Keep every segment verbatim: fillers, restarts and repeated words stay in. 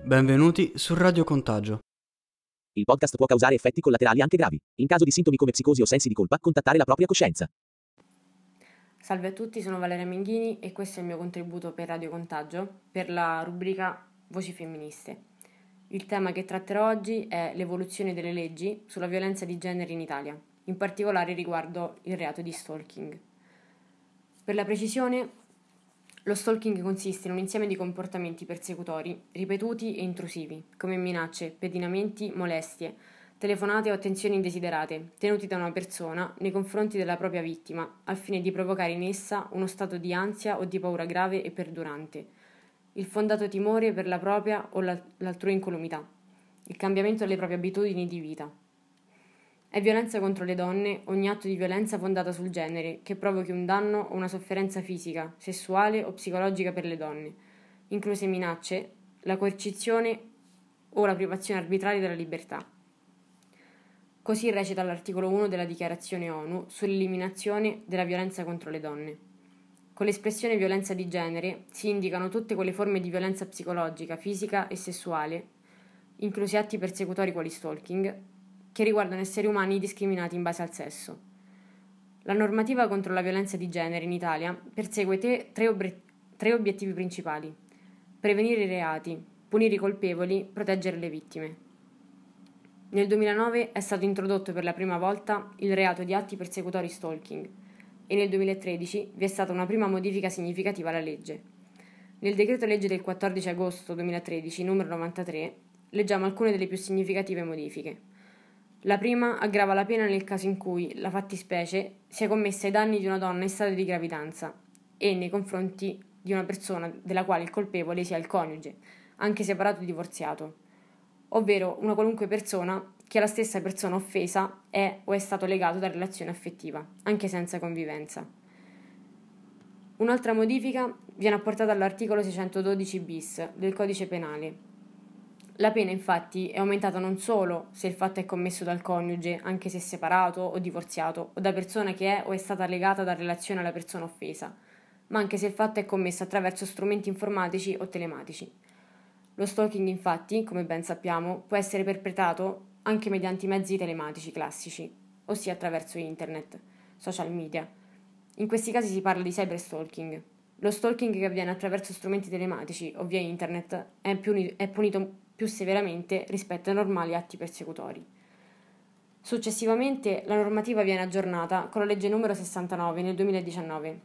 Benvenuti su Radio Contagio. Il podcast può causare effetti collaterali anche gravi. In caso di sintomi come psicosi o sensi di colpa, contattare la propria coscienza. Salve a tutti, sono Valeria Menghini e questo è il mio contributo per Radio Contagio per la rubrica Voci Femministe. Il tema che tratterò oggi è l'evoluzione delle leggi sulla violenza di genere in Italia, in particolare riguardo il reato di stalking. Per la precisione, lo stalking consiste in un insieme di comportamenti persecutori, ripetuti e intrusivi, come minacce, pedinamenti, molestie, telefonate o attenzioni indesiderate, tenuti da una persona nei confronti della propria vittima, al fine di provocare in essa uno stato di ansia o di paura grave e perdurante, il fondato timore per la propria o l'altrui incolumità, il cambiamento delle proprie abitudini di vita. È violenza contro le donne ogni atto di violenza fondata sul genere che provochi un danno o una sofferenza fisica, sessuale o psicologica per le donne, incluse minacce, la coercizione o la privazione arbitraria della libertà. Così recita l'articolo uno della Dichiarazione ONU sull'eliminazione della violenza contro le donne. Con l'espressione violenza di genere si indicano tutte quelle forme di violenza psicologica, fisica e sessuale, inclusi atti persecutori quali stalking, che riguardano esseri umani discriminati in base al sesso. La normativa contro la violenza di genere in Italia persegue te, tre, ob- tre obiettivi principali: prevenire i reati, punire i colpevoli, proteggere le vittime. Nel duemilanove è stato introdotto per la prima volta il reato di atti persecutori stalking e nel duemilatredici vi è stata una prima modifica significativa alla legge. Nel decreto legge del quattordici agosto duemilatredici, numero novantatré, leggiamo alcune delle più significative modifiche. La prima aggrava la pena nel caso in cui la fattispecie sia commessa ai danni di una donna in stato di gravidanza e nei confronti di una persona della quale il colpevole sia il coniuge, anche separato o divorziato, ovvero una qualunque persona che alla stessa persona offesa è o è stato legato da relazione affettiva, anche senza convivenza. Un'altra modifica viene apportata all'articolo seicentododici bis del Codice Penale. La pena, infatti, è aumentata non solo se il fatto è commesso dal coniuge, anche se separato o divorziato, o da persona che è o è stata legata da relazione alla persona offesa, ma anche se il fatto è commesso attraverso strumenti informatici o telematici. Lo stalking, infatti, come ben sappiamo, può essere perpetrato anche mediante i mezzi telematici classici, ossia attraverso internet, social media. In questi casi si parla di cyberstalking. Lo stalking che avviene attraverso strumenti telematici o via internet è, più, è punito più severamente rispetto ai normali atti persecutori. Successivamente la normativa viene aggiornata con la legge numero sessantanove nel duemiladiciannove,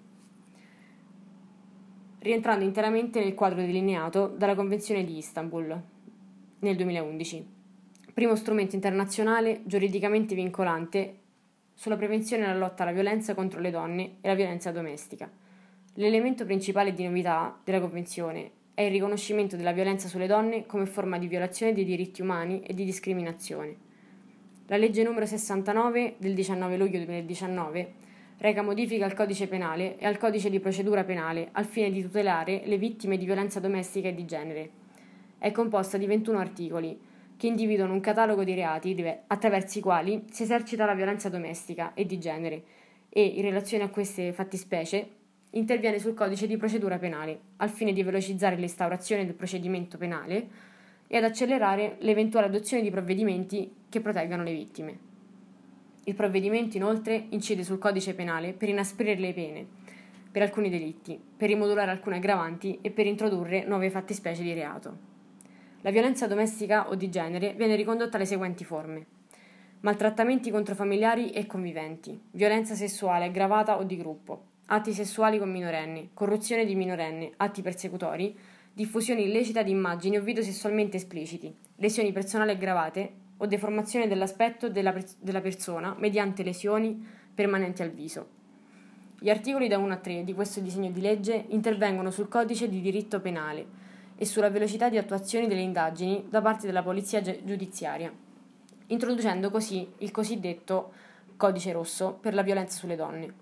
rientrando interamente nel quadro delineato dalla Convenzione di Istanbul nel duemilaundici, primo strumento internazionale giuridicamente vincolante sulla prevenzione e la lotta alla violenza contro le donne e la violenza domestica. L'elemento principale di novità della Convenzione è il riconoscimento della violenza sulle donne come forma di violazione dei diritti umani e di discriminazione. La legge numero sessantanove del diciannove luglio duemiladiciannove reca modifiche al Codice Penale e al Codice di Procedura Penale al fine di tutelare le vittime di violenza domestica e di genere. È composta di ventuno articoli che individuano un catalogo di reati attraverso i quali si esercita la violenza domestica e di genere e, in relazione a queste fattispecie, interviene sul Codice di Procedura Penale al fine di velocizzare l'instaurazione del procedimento penale e ad accelerare l'eventuale adozione di provvedimenti che proteggano le vittime. Il provvedimento inoltre incide sul Codice Penale per inasprire le pene per alcuni delitti, per rimodulare alcune aggravanti e per introdurre nuove fattispecie di reato. La violenza domestica o di genere viene ricondotta alle seguenti forme: maltrattamenti contro familiari e conviventi, violenza sessuale aggravata o di gruppo, atti sessuali con minorenni, corruzione di minorenne, atti persecutori, diffusione illecita di immagini o video sessualmente espliciti, lesioni personali aggravate o deformazione dell'aspetto della, della persona mediante lesioni permanenti al viso. Gli articoli da uno a tre di questo disegno di legge intervengono sul codice di diritto penale e sulla velocità di attuazione delle indagini da parte della polizia giudiziaria, introducendo così il cosiddetto codice rosso per la violenza sulle donne.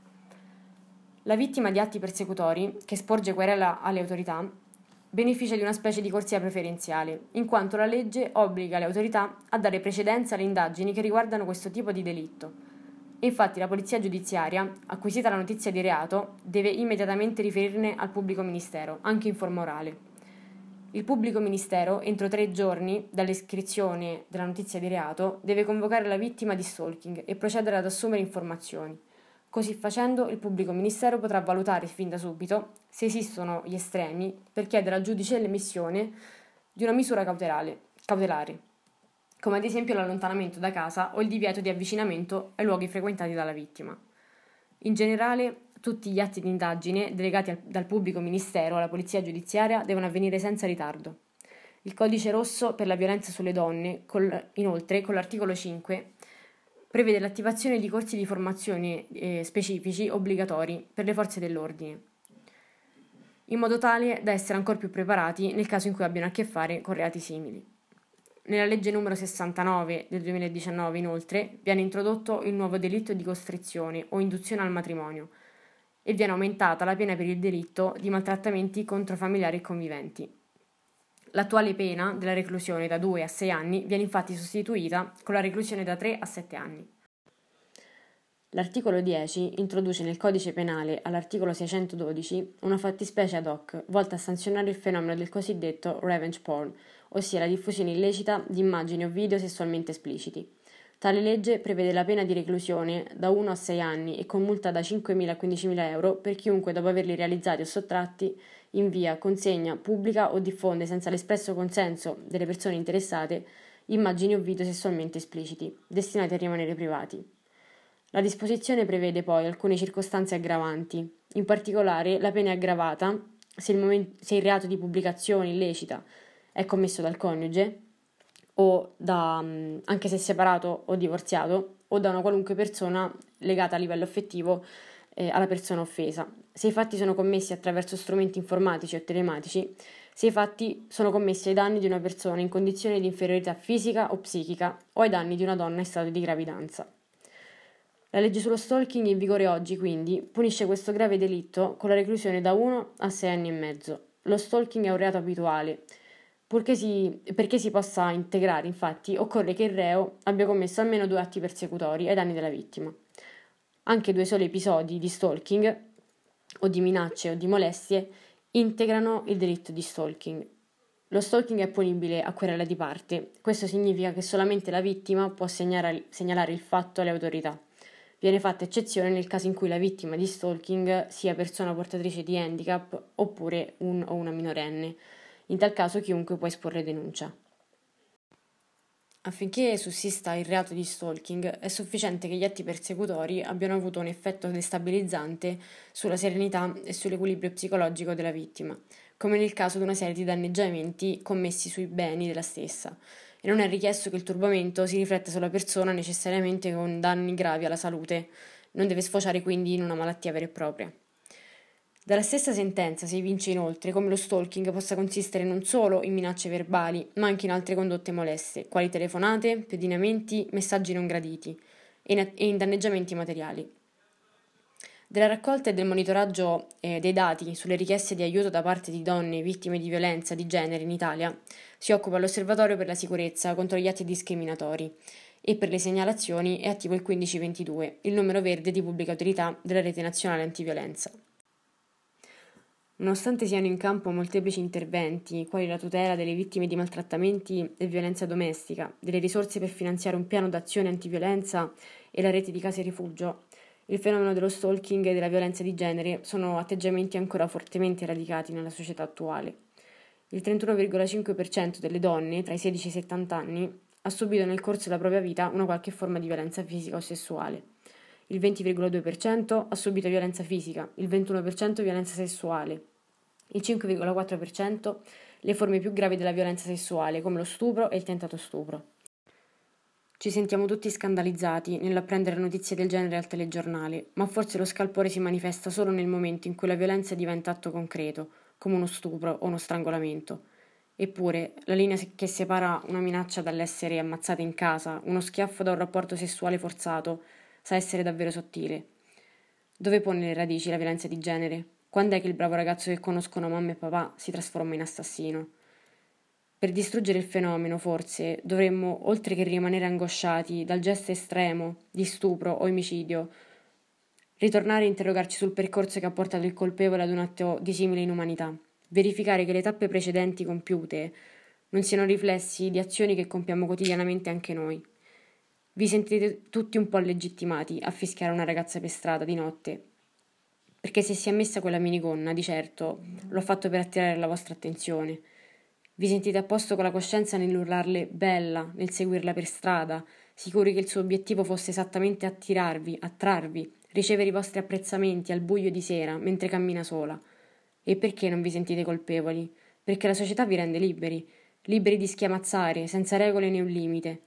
La vittima di atti persecutori, che sporge querela alle autorità, beneficia di una specie di corsia preferenziale, in quanto la legge obbliga le autorità a dare precedenza alle indagini che riguardano questo tipo di delitto. Infatti la polizia giudiziaria, acquisita la notizia di reato, deve immediatamente riferirne al pubblico ministero, anche in forma orale. Il pubblico ministero, entro tre giorni dall'iscrizione della notizia di reato, deve convocare la vittima di stalking e procedere ad assumere informazioni. Così facendo, il pubblico ministero potrà valutare fin da subito se esistono gli estremi per chiedere al giudice l'emissione di una misura cautelare, cautelare, come ad esempio l'allontanamento da casa o il divieto di avvicinamento ai luoghi frequentati dalla vittima. In generale, tutti gli atti di indagine delegati al, dal pubblico ministero alla polizia giudiziaria devono avvenire senza ritardo. Il codice rosso per la violenza sulle donne, col, inoltre, con l'articolo cinque, prevede l'attivazione di corsi di formazione eh, specifici obbligatori per le forze dell'ordine, in modo tale da essere ancora più preparati nel caso in cui abbiano a che fare con reati simili. Nella legge numero sessantanove del duemiladiciannove, inoltre, viene introdotto il nuovo delitto di costrizione o induzione al matrimonio e viene aumentata la pena per il delitto di maltrattamenti contro familiari e conviventi. L'attuale pena della reclusione da due a sei anni viene infatti sostituita con la reclusione da tre a sette anni. L'articolo dieci introduce nel codice penale, all'articolo seicentododici, una fattispecie ad hoc volta a sanzionare il fenomeno del cosiddetto revenge porn, ossia la diffusione illecita di immagini o video sessualmente espliciti. Tale legge prevede la pena di reclusione da uno a sei anni e con multa da cinquemila a quindicimila euro per chiunque, dopo averli realizzati o sottratti, invia, consegna, pubblica o diffonde senza l'espresso consenso delle persone interessate immagini o video sessualmente espliciti, destinati a rimanere privati. La disposizione prevede poi alcune circostanze aggravanti. In particolare, la pena è aggravata se il, moment- se il reato di pubblicazione illecita è commesso dal coniuge, o da, anche se separato o divorziato, o da una qualunque persona legata a livello affettivo eh, alla persona offesa. Se i fatti sono commessi attraverso strumenti informatici o telematici, se i fatti sono commessi ai danni di una persona in condizione di inferiorità fisica o psichica o ai danni di una donna in stato di gravidanza. La legge sullo stalking in vigore oggi, quindi, punisce questo grave delitto con la reclusione da uno a sei anni e mezzo. Lo stalking è un reato abituale. Purché si, perché si possa integrare, infatti, occorre che il reo abbia commesso almeno due atti persecutori ai danni della vittima. Anche due soli episodi di stalking, o di minacce o di molestie, integrano il delitto di stalking. Lo stalking è punibile a querela di parte. Questo significa che solamente la vittima può segnare, segnalare il fatto alle autorità. Viene fatta eccezione nel caso in cui la vittima di stalking sia persona portatrice di handicap oppure un o una minorenne. In tal caso chiunque può esporre denuncia. Affinché sussista il reato di stalking è sufficiente che gli atti persecutori abbiano avuto un effetto destabilizzante sulla serenità e sull'equilibrio psicologico della vittima, come nel caso di una serie di danneggiamenti commessi sui beni della stessa, e non è richiesto che il turbamento si rifletta sulla persona necessariamente con danni gravi alla salute, non deve sfociare quindi in una malattia vera e propria. Dalla stessa sentenza si evince inoltre come lo stalking possa consistere non solo in minacce verbali, ma anche in altre condotte moleste, quali telefonate, pedinamenti, messaggi non graditi e in danneggiamenti materiali. Della raccolta e del monitoraggio eh, dei dati sulle richieste di aiuto da parte di donne vittime di violenza di genere in Italia si occupa l'Osservatorio per la sicurezza contro gli atti discriminatori e per le segnalazioni è attivo il quindici ventidue, il numero verde di pubblica utilità della Rete Nazionale Antiviolenza. Nonostante siano in campo molteplici interventi, quali la tutela delle vittime di maltrattamenti e violenza domestica, delle risorse per finanziare un piano d'azione antiviolenza e la rete di case rifugio, il fenomeno dello stalking e della violenza di genere sono atteggiamenti ancora fortemente radicati nella società attuale. Il trentuno virgola cinque per cento delle donne tra i sedici e i settanta anni ha subito nel corso della propria vita una qualche forma di violenza fisica o sessuale. Il venti virgola due per cento ha subito violenza fisica, il ventuno per cento violenza sessuale, il cinque virgola quattro per cento le forme più gravi della violenza sessuale, come lo stupro e il tentato stupro. Ci sentiamo tutti scandalizzati nell'apprendere notizie del genere al telegiornale, ma forse lo scalpore si manifesta solo nel momento in cui la violenza diventa atto concreto, come uno stupro o uno strangolamento. Eppure, la linea che separa una minaccia dall'essere ammazzata in casa, uno schiaffo da un rapporto sessuale forzato, sa essere davvero sottile. Dove pone le radici la violenza di genere? Quando è che il bravo ragazzo che conoscono mamma e papà si trasforma in assassino? Per distruggere il fenomeno, forse, dovremmo, oltre che rimanere angosciati dal gesto estremo di stupro o omicidio, ritornare a interrogarci sul percorso che ha portato il colpevole ad un atto di simile inumanità. verificare che le tappe precedenti compiute non siano riflessi di azioni che compiamo quotidianamente anche noi. Vi sentite tutti un po' legittimati a fischiare una ragazza per strada di notte, perché se si è messa quella minigonna, di certo, l'ho fatto per attirare la vostra attenzione. Vi sentite a posto con la coscienza nell'urlarle bella, nel seguirla per strada, sicuri che il suo obiettivo fosse esattamente attirarvi, attrarvi, ricevere i vostri apprezzamenti al buio di sera mentre cammina sola. E perché non vi sentite colpevoli? Perché la società vi rende liberi, liberi di schiamazzare, senza regole né un limite.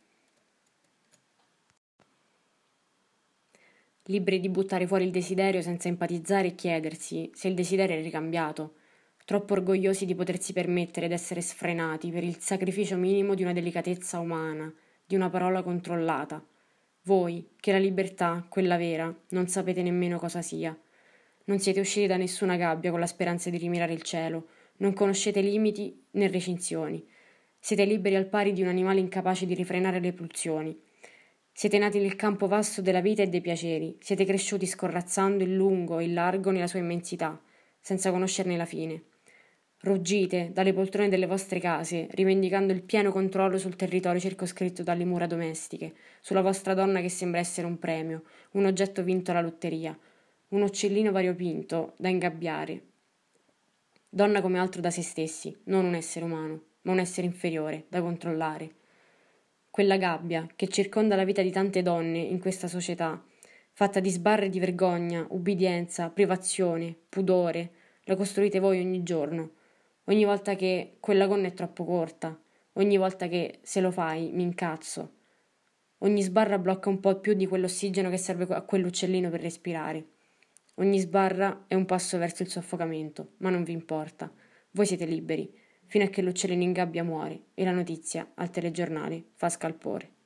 Liberi di buttare fuori il desiderio senza empatizzare e chiedersi se il desiderio è ricambiato, troppo orgogliosi di potersi permettere d'essere sfrenati per il sacrificio minimo di una delicatezza umana, di una parola controllata. Voi, che la libertà, quella vera, non sapete nemmeno cosa sia. Non siete usciti da nessuna gabbia con la speranza di rimirare il cielo, non conoscete limiti né recinzioni. Siete liberi al pari di un animale incapace di rifrenare le pulsioni. Siete nati nel campo vasto della vita e dei piaceri, siete cresciuti scorrazzando il lungo e il largo nella sua immensità, senza conoscerne la fine. Ruggite dalle poltrone delle vostre case, rivendicando il pieno controllo sul territorio circoscritto dalle mura domestiche, sulla vostra donna che sembra essere un premio, un oggetto vinto alla lotteria, un uccellino variopinto da ingabbiare. Donna come altro da se stessi, non un essere umano, ma un essere inferiore, da controllare. Quella gabbia che circonda la vita di tante donne in questa società, fatta di sbarre di vergogna, ubbidienza, privazione, pudore, la costruite voi ogni giorno. Ogni volta che quella gonna è troppo corta, ogni volta che se lo fai mi incazzo. Ogni sbarra blocca un po' più di quell'ossigeno che serve a quell'uccellino per respirare. Ogni sbarra è un passo verso il soffocamento, ma non vi importa. Voi siete liberi, fino a che l'uccellino in gabbia muore e la notizia al telegiornale fa scalpore.